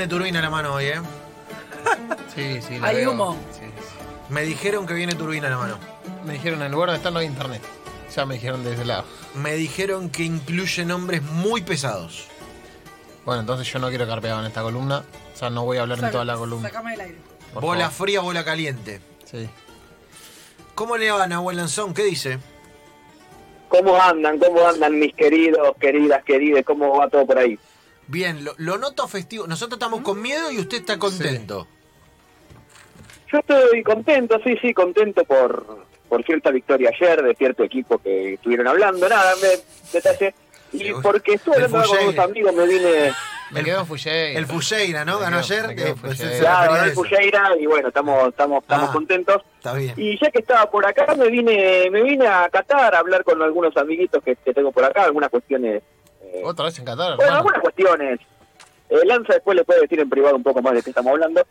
viene turbina en la mano hoy, ¿eh? Sí, la Hay veo. humo. Sí. Me dijeron que viene turbina en la mano. Me dijeron en el lugar donde está no hay internet. Ya me dijeron de ese lado. Me dijeron que incluye nombres muy pesados. Bueno, entonces yo no quiero quedar pegado en esta columna. O sea, no voy a hablar en toda la columna. Sacame del aire. Por Bola favor. fría, bola caliente. Sí. ¿Cómo le va, Nahuel Lanzón? ¿Qué dice? ¿Cómo andan mis queridos, queridas? ¿Cómo va todo por ahí? Bien, lo noto festivo. Nosotros estamos con miedo y usted está contento. Yo estoy contento, sí, contento por cierta victoria ayer de cierto equipo que estuvieron hablando. Nada, detalle. Y porque estuve El hablando con unos Fuyeira. amigos, me vine... Me quedo en Fuyeira. El Fuyeira, ¿no? Me Ganó quedo- ayer. me quedo en Pues Fuyeira. se refería Claro, a el eso. Fuyeira, y bueno, estamos contentos. Está bien. Y ya que estaba por acá, me vine a Qatar a hablar con algunos amiguitos que tengo por acá, algunas cuestiones... Otra vez en Qatar, Bueno, hermano. algunas cuestiones. Lanza después le puede decir en privado un poco más de qué estamos hablando.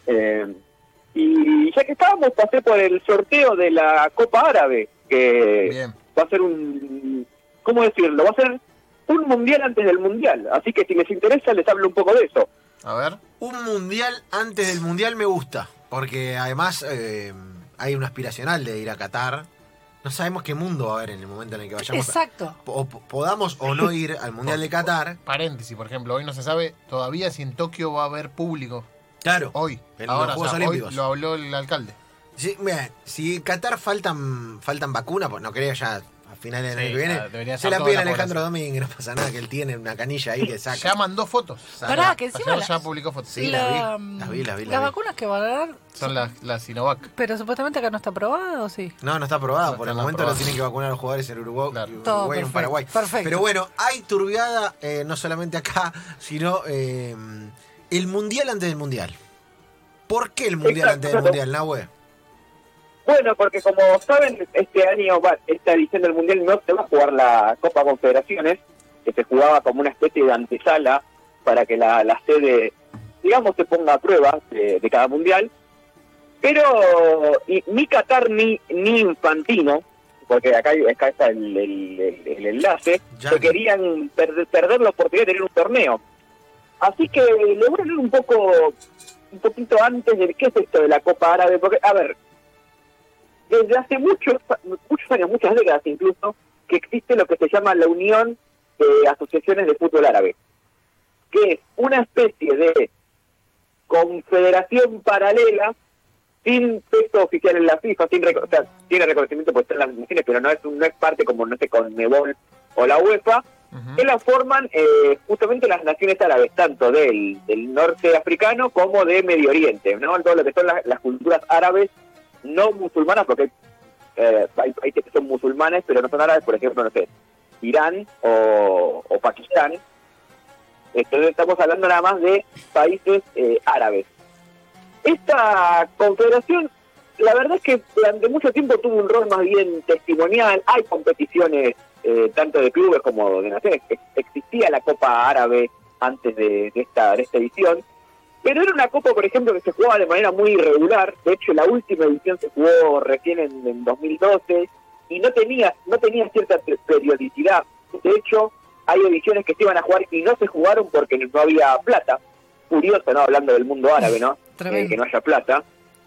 Y ya que estábamos, pasé por el sorteo de la Copa Árabe, que Bien. va a ser ¿cómo decirlo? Va a ser un mundial antes del mundial. Así que si les interesa, les hablo un poco de eso. A ver. Un mundial antes del mundial me gusta. Porque además hay un aspiracional de ir a Qatar. No sabemos qué mundo va a haber en el momento en el que vayamos. Exacto. Podamos o no ir al mundial de Qatar. Paréntesis, por ejemplo, hoy no se sabe todavía si en Tokio va a haber público. Claro. Hoy. En Ahora, los Juegos hoy Olímpicos. lo habló el alcalde. Sí, mira, si Qatar faltan vacunas, pues no creo ya a finales del año que viene. debería Se estar la toda piden a la Alejandro población. Domínguez, no pasa nada, que él tiene una canilla ahí que saca. Ya mandó fotos. Pará, que encima Ya publicó fotos. Sí, la- las vi. Las vacunas que van a dar, Son las Sinovac. pero supuestamente acá no está aprobado, ¿o sí? No está aprobado. No Por el está momento aprobado. lo tienen que vacunar a los jugadores en Uruguay, Claro. Todo Uruguay en perfecto, Paraguay. perfecto. Pero bueno, hay turbiada, no solamente acá, sino el mundial antes del mundial. ¿Por qué el mundial Exacto. antes del mundial, Nahue? Bueno, porque como saben, este año, esta edición del Mundial no se va a jugar la Copa Confederaciones, que se jugaba como una especie de antesala para que la sede, digamos, se ponga a prueba de cada Mundial. Pero ni Qatar ni Infantino, porque acá está el enlace, Ya. que querían perder la oportunidad de tener un torneo. Así que le voy a hablar un poquito antes de qué es esto de la Copa Árabe, porque, a ver, desde hace muchos años, muchas décadas incluso, que existe lo que se llama la Unión de Asociaciones de Fútbol Árabe, que es una especie de confederación paralela sin peso oficial en la FIFA, o sea, tiene reconocimiento por estar en las naciones, pero no es parte como, no sé, Conmebol o la UEFA, que la forman justamente las naciones árabes, tanto del norte africano como de Medio Oriente, ¿no? Todo lo que son las culturas árabes no musulmanas, porque hay países que son musulmanes pero no son árabes, por ejemplo, no sé, Irán o Pakistán. Entonces estamos hablando nada más de países árabes. Esta confederación, la verdad es que durante mucho tiempo tuvo un rol más bien testimonial. Hay competiciones tanto de clubes como de naciones. Existía la Copa Árabe antes de esta edición, pero era una copa, por ejemplo, que se jugaba de manera muy irregular. De hecho, la última edición se jugó recién en 2012 y no tenía cierta periodicidad. De hecho, hay ediciones que se iban a jugar y no se jugaron porque no había plata. Curioso, ¿no? Hablando del mundo árabe, ¿no? Tremendo. Que no haya plata.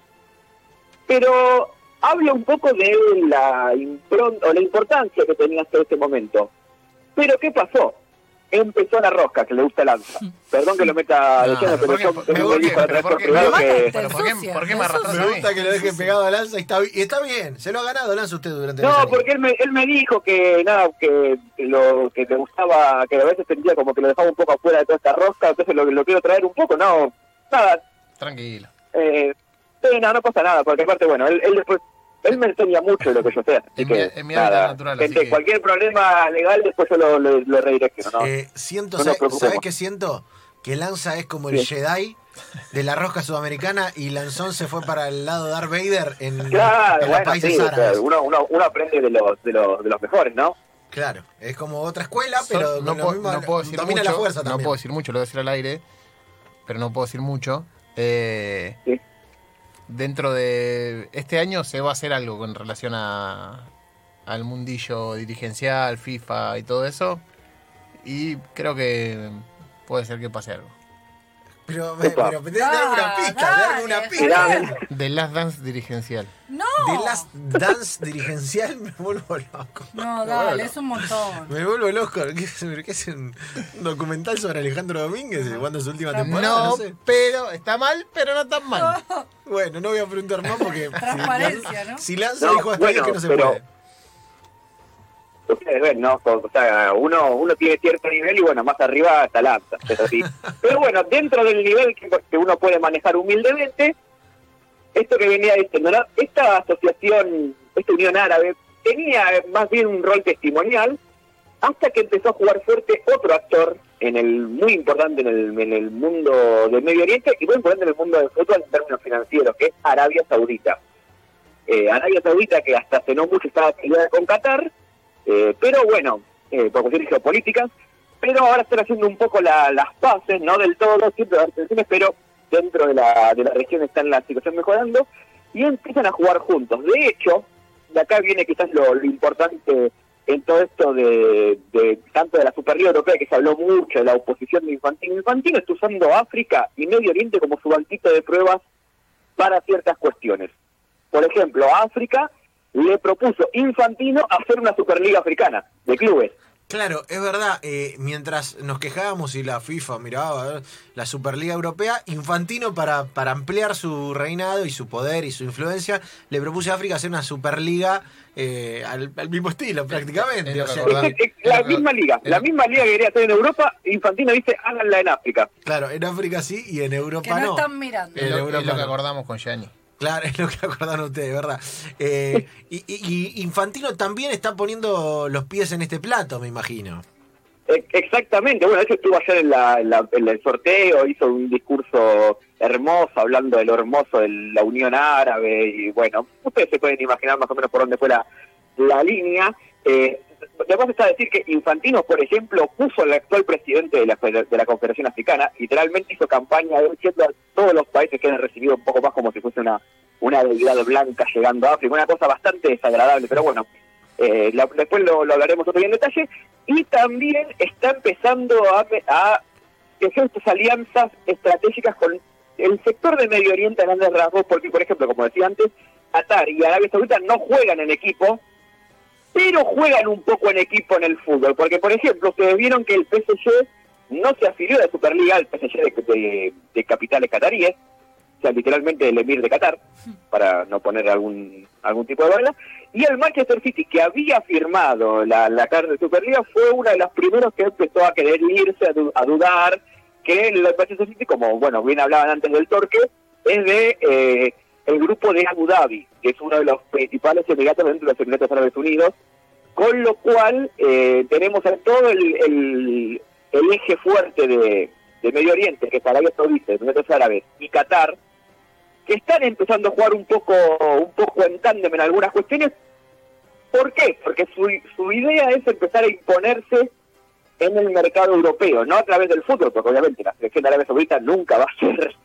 Pero habla un poco de la importancia que tenía hasta ese momento. Pero ¿qué pasó? Empezó la rosca, que le gusta Lanza. Perdón que lo meta de lleno, pero yo me dijo la otra vez por privado que... ¿Por qué me arrastras Me a mí? gusta que lo dejen pegado a Lanza y está bien. Se lo ha ganado Lanza usted durante los No, años. porque él me dijo que nada, que lo que te gustaba, que a veces sentía como que lo dejaba un poco afuera de toda esta rosca, entonces lo quiero traer un poco, no, nada, Tranquilo. sí, no pasa nada, porque aparte, bueno, él después, él me enseña mucho de lo que yo sé, así que, Es mi hábitat nada, natural, gente, así que... cualquier problema legal después yo lo redirecciono, ¿no? Siento, No nos preocupemos. ¿sabes qué siento? Que Lanza es como el Sí. Jedi de la rosca sudamericana y Lanzón se fue para el lado de Darth Vader en Claro, los bueno, países sí, árabes. uno aprende de los mejores, ¿no? Claro, es como otra escuela, pero no con lo puedo, mismo, no puedo decir domina mucho, la fuerza no también. puedo decir mucho, lo voy a decir al aire, pero no puedo decir mucho. Sí. Dentro de este año se va a hacer algo con relación al mundillo dirigencial, FIFA y todo eso. Y creo que puede ser que pase algo. Pero Epa. tenés que darme una pista, darme una dale, pista. De Last Dance dirigencial. No. De las dance dirigencial me vuelvo loco. No, dale, es un montón. Me vuelvo loco. ¿Qué es un documental sobre Alejandro Domínguez cuando su última temporada? No, No sé. pero está mal, pero no tan mal. Bueno, no voy a preguntar más porque Transparencia, ¿no? si Lanza No, dijo hasta ahí bueno, que no se pero- puede. Ustedes ven, ¿no? O sea, uno tiene cierto nivel y bueno, más arriba está lanza, es así. Pero bueno, dentro del nivel que uno puede manejar humildemente, esto que venía diciendo, ¿no? Esta asociación, esta Unión Árabe, tenía más bien un rol testimonial hasta que empezó a jugar fuerte otro actor muy importante en el mundo del Medio Oriente y muy importante en el mundo del fútbol en términos financieros, que es Arabia Saudita. Arabia Saudita, que hasta hace no mucho estaba peleada con Qatar, pero bueno, por cuestiones geopolíticas, pero ahora están haciendo un poco las paces, no del todo, siempre hay tensiones, pero dentro de la región está la situación mejorando y empiezan a jugar juntos. De hecho, de acá viene quizás lo importante en todo esto de tanto de la Superliga Europea, que se habló mucho de la oposición de Infantino. Infantino está usando África y Medio Oriente como su banquito de pruebas para ciertas cuestiones. Por ejemplo, a África le propuso Infantino hacer una Superliga Africana de clubes. Claro, es verdad, mientras nos quejábamos y la FIFA miraba la Superliga Europea, Infantino para ampliar su reinado y su poder y su influencia, le propuso a África hacer una Superliga al mismo estilo prácticamente. Es lo O que sea, acordaba. La misma liga que quería hacer en Europa, Infantino dice háganla en África. claro, en África sí y en Europa Que no no. están mirando. En Es lo Europa que no. acordamos con Gianni. Claro, es lo que acordaron ustedes, ¿verdad? Y Infantino también está poniendo los pies en este plato, me imagino. Exactamente, bueno, de hecho estuvo ayer en el sorteo, hizo un discurso hermoso hablando de lo hermoso de la Unión Árabe y bueno, ustedes se pueden imaginar más o menos por dónde fue la línea. Además está a decir que Infantino, por ejemplo, puso al actual presidente de la Confederación Africana, literalmente hizo campaña diciendo a todos los países que han recibido un poco más como si fuese una deidad blanca llegando a África, una cosa bastante desagradable, pero bueno, después lo hablaremos otro día en detalle. Y también está empezando a hacer estas alianzas estratégicas con el sector de Medio Oriente a grandes rasgos, porque, por ejemplo, como decía antes, Qatar y Arabia Saudita no juegan en equipo, pero juegan un poco en equipo en el fútbol, porque, por ejemplo, ustedes vieron que el PSG no se afilió a la Superliga, el PSG de capitales cataríes, o sea, literalmente el emir de Qatar, para no poner algún tipo de regla, y el Manchester City, que había firmado la carta de Superliga, fue uno de los primeros que empezó a querer irse, a dudar, que el Manchester City, como, bueno, bien hablaban antes del torque, es de el grupo de Abu Dhabi, que es uno de los principales emiratos dentro de los Emiratos Árabes Unidos, con lo cual tenemos a todo el eje fuerte de Medio Oriente, que es Arabia Saudita, Emiratos Árabes y Qatar, que están empezando a jugar un poco en tándem en algunas cuestiones. ¿Por qué? Porque su idea es empezar a imponerse en el mercado europeo, no a través del fútbol, porque obviamente la selección de Arabia Saudita nunca va a ser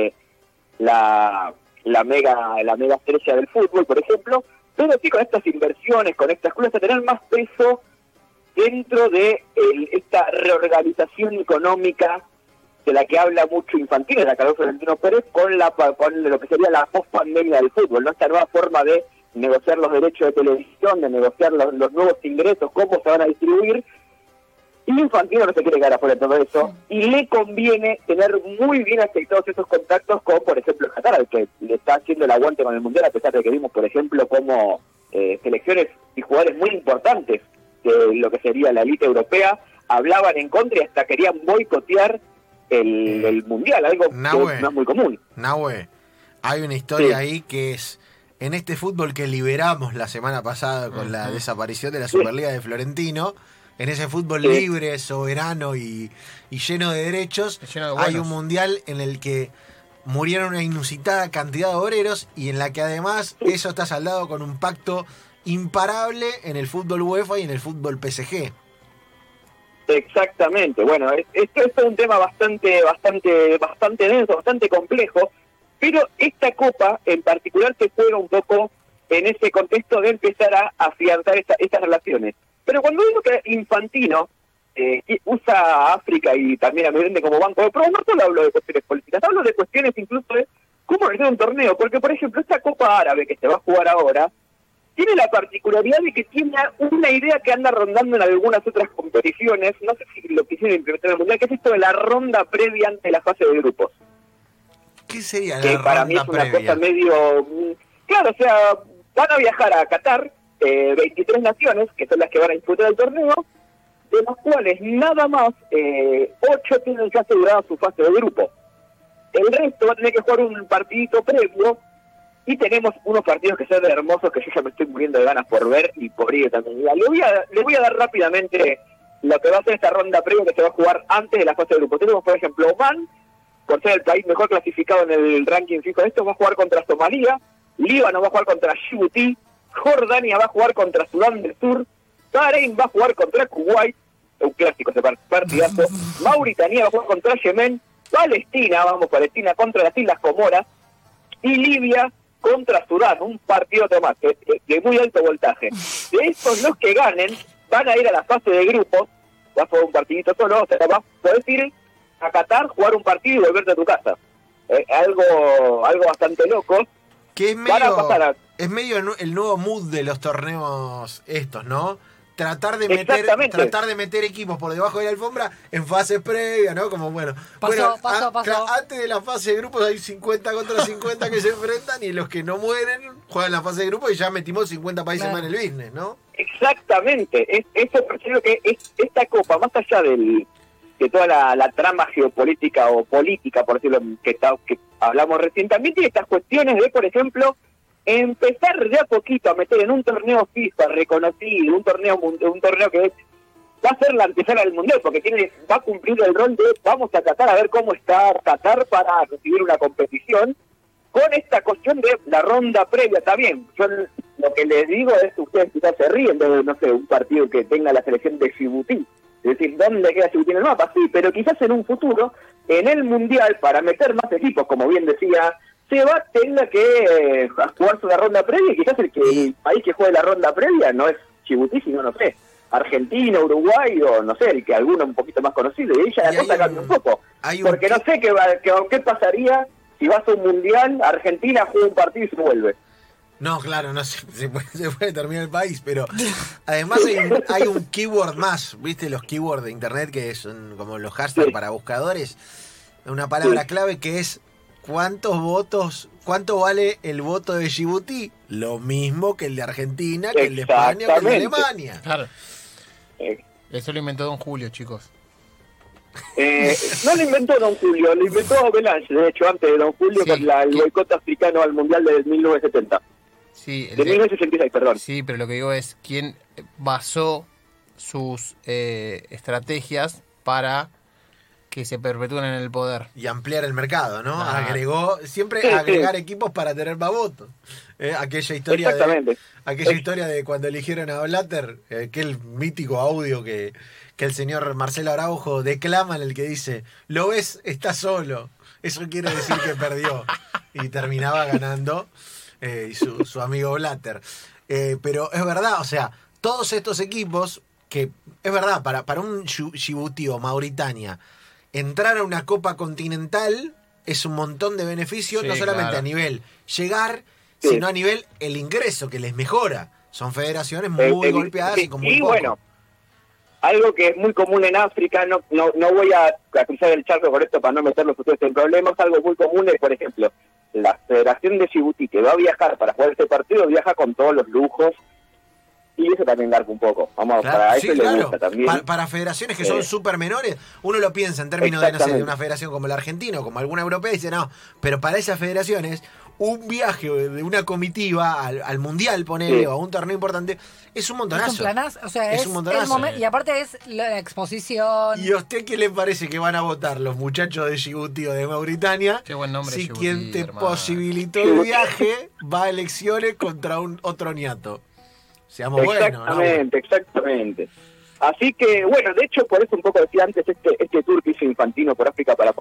la mega estrella del fútbol, por ejemplo, pero sí con estas inversiones, con estas cosas, a tener más peso dentro de esta reorganización económica de la que habla mucho Infantino, de la que habló Florentino Pérez, con lo que sería la post-pandemia del fútbol, ¿no? Esta nueva forma de negociar los derechos de televisión, de negociar los nuevos ingresos, cómo se van a distribuir. Y Infantino no se quiere quedar afuera de todo eso, y le conviene tener muy bien aceptados esos contactos con, por ejemplo, Qatar, al que le está haciendo el aguante con el Mundial, a pesar de que vimos, por ejemplo, como selecciones y jugadores muy importantes de lo que sería la élite europea hablaban en contra y hasta querían boicotear el Mundial, algo que no es muy común. Nahue, hay una historia ahí que es en este fútbol que liberamos la semana pasada con la desaparición de la Superliga de Florentino, en ese fútbol libre, soberano y lleno de derechos, hay un mundial en el que murieron una inusitada cantidad de obreros y en la que además eso está saldado con un pacto imparable en el fútbol UEFA y en el fútbol PSG. Exactamente, bueno, esto es un tema bastante denso, bastante complejo, pero esta copa en particular se juega un poco en ese contexto de empezar a afianzar estas relaciones. Pero cuando digo que Infantino usa a África y también a Medio Oriente como banco de pruebas. No solo hablo de cuestiones políticas, hablo de cuestiones incluso de cómo organizar un torneo, porque por ejemplo esta Copa Árabe que se va a jugar ahora tiene la particularidad de que tiene una idea que anda rondando en algunas otras competiciones, no sé si lo quisieron implementar en el Mundial, que es esto de la ronda previa ante la fase de grupos. ¿Qué sería la Que ronda para mí es una previa? cosa medio... Claro, o sea, van a viajar a Qatar 23 naciones, que son las que van a disputar el torneo, de las cuales nada más 8 tienen ya asegurada su fase de grupo. El resto va a tener que jugar un partidito previo, y tenemos unos partidos que son hermosos, que yo ya me estoy muriendo de ganas por ver y por ir también. Le voy a dar rápidamente lo que va a ser esta ronda previa que se va a jugar antes de la fase de grupo. Tenemos, por ejemplo, Oman, por ser el país mejor clasificado en el ranking FIFA de esto, va a jugar contra Somalia, Líbano va a jugar contra Djibouti, Jordania va a jugar contra Sudán del Sur, Bahrein va a jugar contra Kuwait, un clásico ese partidazo, Mauritania va a jugar contra Yemen, Palestina contra las Islas Comoras, y Libia contra Sudán, un partido más de muy alto voltaje. De estos, los que ganen van a ir a la fase de grupos, va a jugar un partidito solo, o sea, podés ir a Qatar, jugar un partido y volverte a tu casa. Algo bastante loco. Que es Van a pasar a... es medio el nuevo mood de los torneos estos, ¿no? Tratar de Exactamente. meter equipos por debajo de la alfombra en fases previas, ¿no? Como bueno, Paso. claro, antes de la fase de grupos hay 50 contra 50 que se enfrentan y los que no mueren juegan la fase de grupos y ya metimos 50 países más en el business, ¿no? Exactamente. Eso percibo que es esta copa, más allá de toda la trama geopolítica o política, por decirlo, que hablamos recién, también tiene estas cuestiones de, por ejemplo, empezar de a poquito a meter en un torneo FIFA reconocido, un torneo que va a ser la antesala del Mundial, porque va a cumplir el rol de vamos a Qatar a ver cómo está Qatar para recibir una competición, con esta cuestión de la ronda previa. Está bien, yo lo que les digo es que ustedes quizás se ríen de, no sé, un partido que tenga la selección de Djibouti, es decir, ¿dónde queda Djibouti en el mapa? Sí, pero quizás en un futuro, en el Mundial, para meter más equipos, como bien decía Seba, tenga que jugarse una ronda previa, y quizás el país que juegue la ronda previa no es Djibouti, sino, no sé, Argentina, Uruguay, o no sé, que alguno un poquito más conocido, y ahí ya la cosa cambia un poco. Porque no sé qué pasaría si vas a un Mundial, Argentina juega un partido y se vuelve. No, claro, no se puede terminar el país, pero además hay un keyword más, ¿viste? Los keywords de internet que son como los hashtags para buscadores, una palabra clave que es ¿cuánto vale el voto de Djibouti? Lo mismo que el de Argentina, que el de España, que el de Alemania. Claro. Eso lo inventó Don Julio, chicos. No lo inventó Don Julio, lo inventó Belange, de hecho, antes de Don Julio, Sí, con el boicot africano al Mundial de 1970. Sí, De 1966, perdón. Sí, pero lo que digo es quién basó sus estrategias para que se perpetúen en el poder. Y ampliar el mercado, ¿no? Ah. Agregó, siempre Sí, agregar sí. equipos para tener más votos. Aquella historia de cuando eligieron a Blatter, aquel mítico audio que el señor Marcelo Araujo declama, en el que dice, lo ves, está solo. Eso quiere decir que perdió. Y terminaba ganando su amigo Blatter. Pero es verdad, o sea, todos estos equipos, que es verdad, para un Djibouti o Mauritania, entrar a una Copa Continental es un montón de beneficios, Sí, no solamente claro. a nivel llegar, Sí. sino a nivel el ingreso, que les mejora. Son federaciones muy golpeadas y con muy poco. Bueno, algo que es muy común en África, no voy a cruzar el charco con esto para no meterlos ustedes en problemas, algo muy común es, por ejemplo, la Federación de Djibouti, que va a viajar para jugar este partido, viaja con todos los lujos, y eso también garpa un poco. Vamos, Claro, para sí, eso claro. le gusta también. Para federaciones que son súper menores, uno lo piensa en términos de, no sé, de Exactamente. una federación como la Argentina o como alguna europea y dice, no, pero para esas federaciones, un viaje de una comitiva al Mundial, ponele, Sí. o a un torneo importante, es un montonazo. Es un planazo, o sea, es un montonazo. el momento, y aparte es la exposición. ¿Y a usted qué le parece que van a votar los muchachos de Djibouti o de Mauritania? Qué buen nombre, Si Djibouti, quien te hermano. posibilitó el viaje va a elecciones contra otro ñato. Seamos buenos, ¿no? Exactamente. Así que, bueno, de hecho, por eso un poco decía antes este tour que hizo Infantino por África para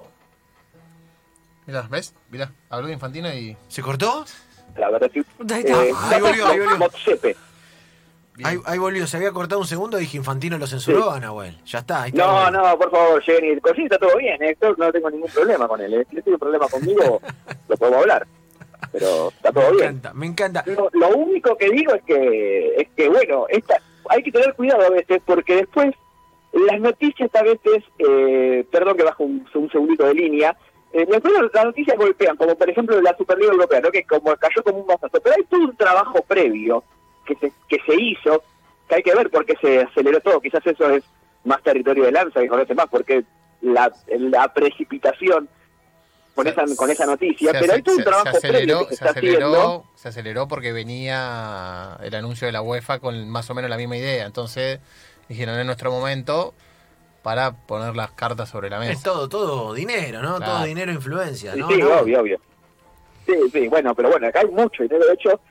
Mirá, ¿ves? Mirá, habló de Infantino y... ¿Se cortó? la verdad sí. Ahí está. Ahí volvió. Motsepe. Ahí volvió, se había cortado un segundo, dije Infantino lo censuró a Nahuel. Ya está. Ahí está No, Nahuel. no, por favor, Jenny, Cosín está todo bien, Héctor, no tengo ningún problema con él. Si tiene un problema conmigo, lo podemos hablar. Pero está todo bien. Me encanta. Lo único que digo es que bueno, hay que tener cuidado a veces, porque después las noticias a veces, perdón que bajo un segundito de línea, después las noticias golpean, como por ejemplo la Superliga Europea, ¿no? Que como cayó como un mazazo, pero hay todo un trabajo previo que se hizo, que hay que ver por qué se aceleró todo. Quizás eso es más territorio de Lanza, que conoce más, porque la precipitación con esa noticia, pero hay todo un trabajo previo que se está haciendo. Se aceleró porque venía el anuncio de la UEFA con más o menos la misma idea, entonces dijeron es nuestro momento para poner las cartas sobre la mesa. Es todo dinero, ¿no? Claro. Todo dinero e influencia, ¿no? Sí, ¿No? obvio. Sí, bueno, pero bueno, acá hay mucho dinero. De hecho,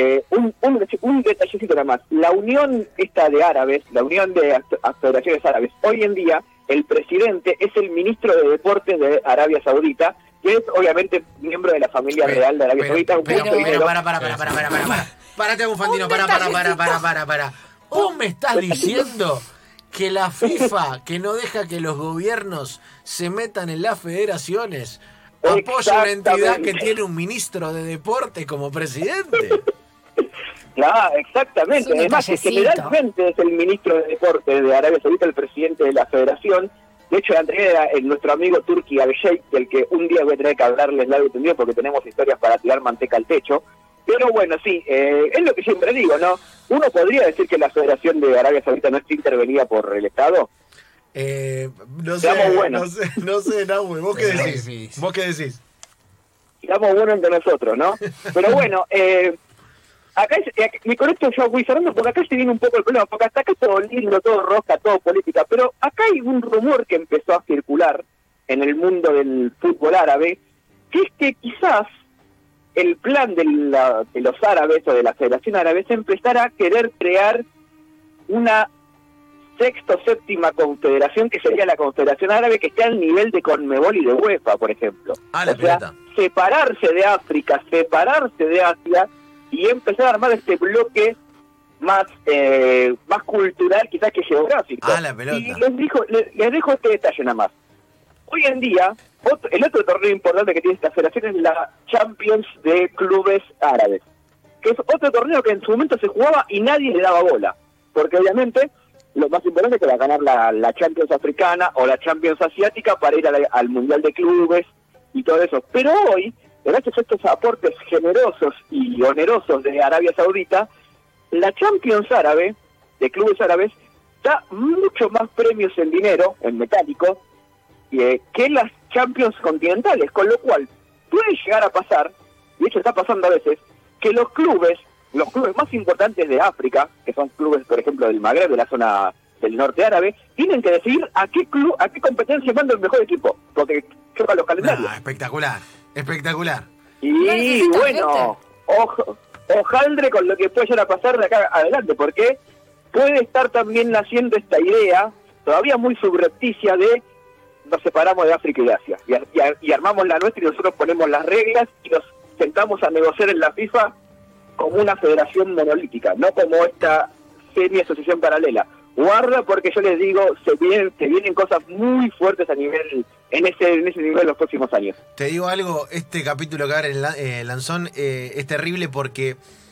un detallecito nada más. La unión esta de árabes, la unión de federaciones árabes, hoy en día el presidente es el ministro de Deportes de Arabia Saudita, que es obviamente miembro de la familia real de Arabia Saudita. Pero, Párate, Bufantino, para. ¿Vos me estás diciendo que la FIFA, que no deja que los gobiernos se metan en las federaciones, apoya una entidad que tiene un ministro de deporte como presidente? Claro, exactamente. Además, que generalmente es el ministro de Deportes de Arabia Saudita, el presidente de la federación. De hecho, el anterior era nuestro amigo Turki Al-Sheikh, del que un día voy a tener que hablarles largo y tendido porque tenemos historias para tirar manteca al techo. Pero bueno, sí, es lo que siempre digo, ¿no? Uno podría decir que la Federación de Arabia Saudita no está intervenida por el Estado. No sé, Nahue, ¿vos qué decís? Sí. ¿Vos qué decís? Estamos buenos entre nosotros, ¿no? Pero bueno, acá me conecto yo voy cerrando porque acá se viene un poco el problema, porque hasta acá es todo lindo, todo rosca, todo política, pero acá hay un rumor que empezó a circular en el mundo del fútbol árabe, que es que quizás el plan de los árabes o de la Federación Árabe es empezar a querer crear una sexta o séptima confederación, que sería la Confederación Árabe, que esté al nivel de Conmebol y de UEFA, por ejemplo. La pelota. Separarse de África, separarse de Asia y empezar a armar este bloque más cultural quizás que geográfico. La pelota. Y les dejo este detalle nada más. Hoy en día, el otro torneo importante que tiene esta federación es la Champions de Clubes Árabes, que es otro torneo que en su momento se jugaba y nadie le daba bola, porque obviamente lo más importante es que va a ganar la Champions africana o la Champions asiática para ir al Mundial de Clubes y todo eso. Pero hoy, gracias a estos aportes generosos y onerosos de Arabia Saudita, la Champions Árabe, de clubes árabes, da mucho más premios en dinero, en metálico, que las Champions continentales, con lo cual puede llegar a pasar, y de hecho está pasando a veces, que los clubes más importantes de África, que son clubes, por ejemplo, del Magreb, de la zona del norte árabe, tienen que decidir a qué competencia manda el mejor equipo, porque chocan los calendarios. Espectacular. Y bueno, hojaldre con lo que puede llegar a pasar de acá adelante, porque puede estar también naciendo esta idea, todavía muy subrepticia, de nos separamos de África y de Asia, y armamos la nuestra y nosotros ponemos las reglas y nos sentamos a negociar en la FIFA como una federación monolítica, no como esta semi-asociación paralela. Guarda, porque yo les digo, se vienen cosas muy fuertes en ese nivel en los próximos años. Te digo algo, este capítulo que ahora en Lanzón es terrible porque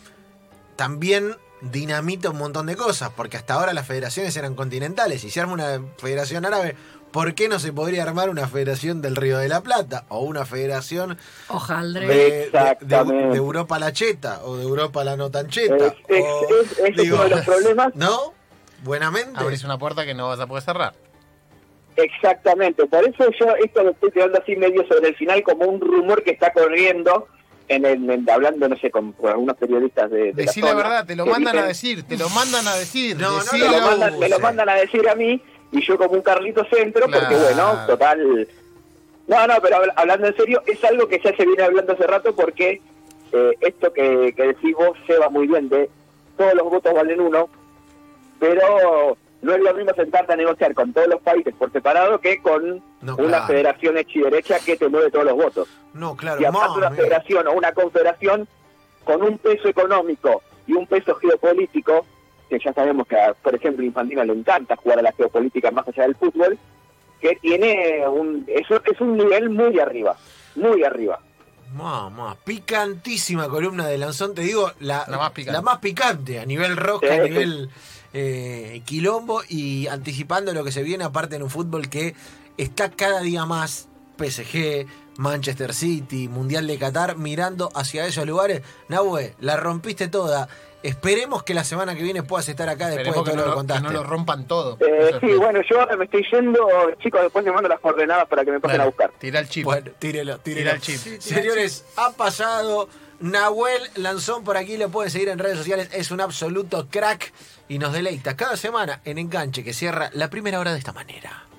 también dinamita un montón de cosas, porque hasta ahora las federaciones eran continentales y se arma una federación árabe. ¿Por qué no se podría armar una federación del Río de la Plata? O una federación de Europa la cheta, o de Europa la no tan cheta. Es uno de los problemas. ¿No? Buenamente. Abrís una puerta que no vas a poder cerrar. Exactamente. Por eso yo esto lo estoy tirando así medio sobre el final como un rumor que está corriendo, hablando, no sé, con algunos periodistas de Decí la verdad, te lo mandan a decir. No, me lo mandan a decir a mí. Y yo como un Carlito Centro, claro. Porque bueno, total... No, pero hablando en serio, es algo que ya se viene hablando hace rato, porque esto que decís vos se va muy bien, de todos los votos valen uno, pero no es lo mismo sentarte a negociar con todos los países por separado que con una federación hecha y derecha que te mueve todos los votos. No, claro. Y aparte una federación o una confederación con un peso económico y un peso geopolítico que ya sabemos que, por ejemplo, a Infantino le encanta jugar a la geopolítica más allá del fútbol, que tiene es un nivel muy arriba, muy arriba. Mamá, picantísima columna de Lanzón, te digo, la más picante a nivel roja, a nivel quilombo, y anticipando lo que se viene aparte en un fútbol que está cada día más PSG, Manchester City, Mundial de Qatar, mirando hacia esos lugares. Nahue, la rompiste toda. Esperemos que la semana que viene puedas estar acá después de todo lo que contaste. Que no lo rompan todo. Sí, bueno, yo ahora me estoy yendo, chicos, después les mando las coordenadas para que me pasen a buscar. Tira el chip. Bueno, tírelo. Tira el chip. Sí, señores, ha pasado Nahuel Lanzón por aquí, lo pueden seguir en redes sociales, es un absoluto crack y nos deleita cada semana en Enganche, que cierra la primera hora de esta manera.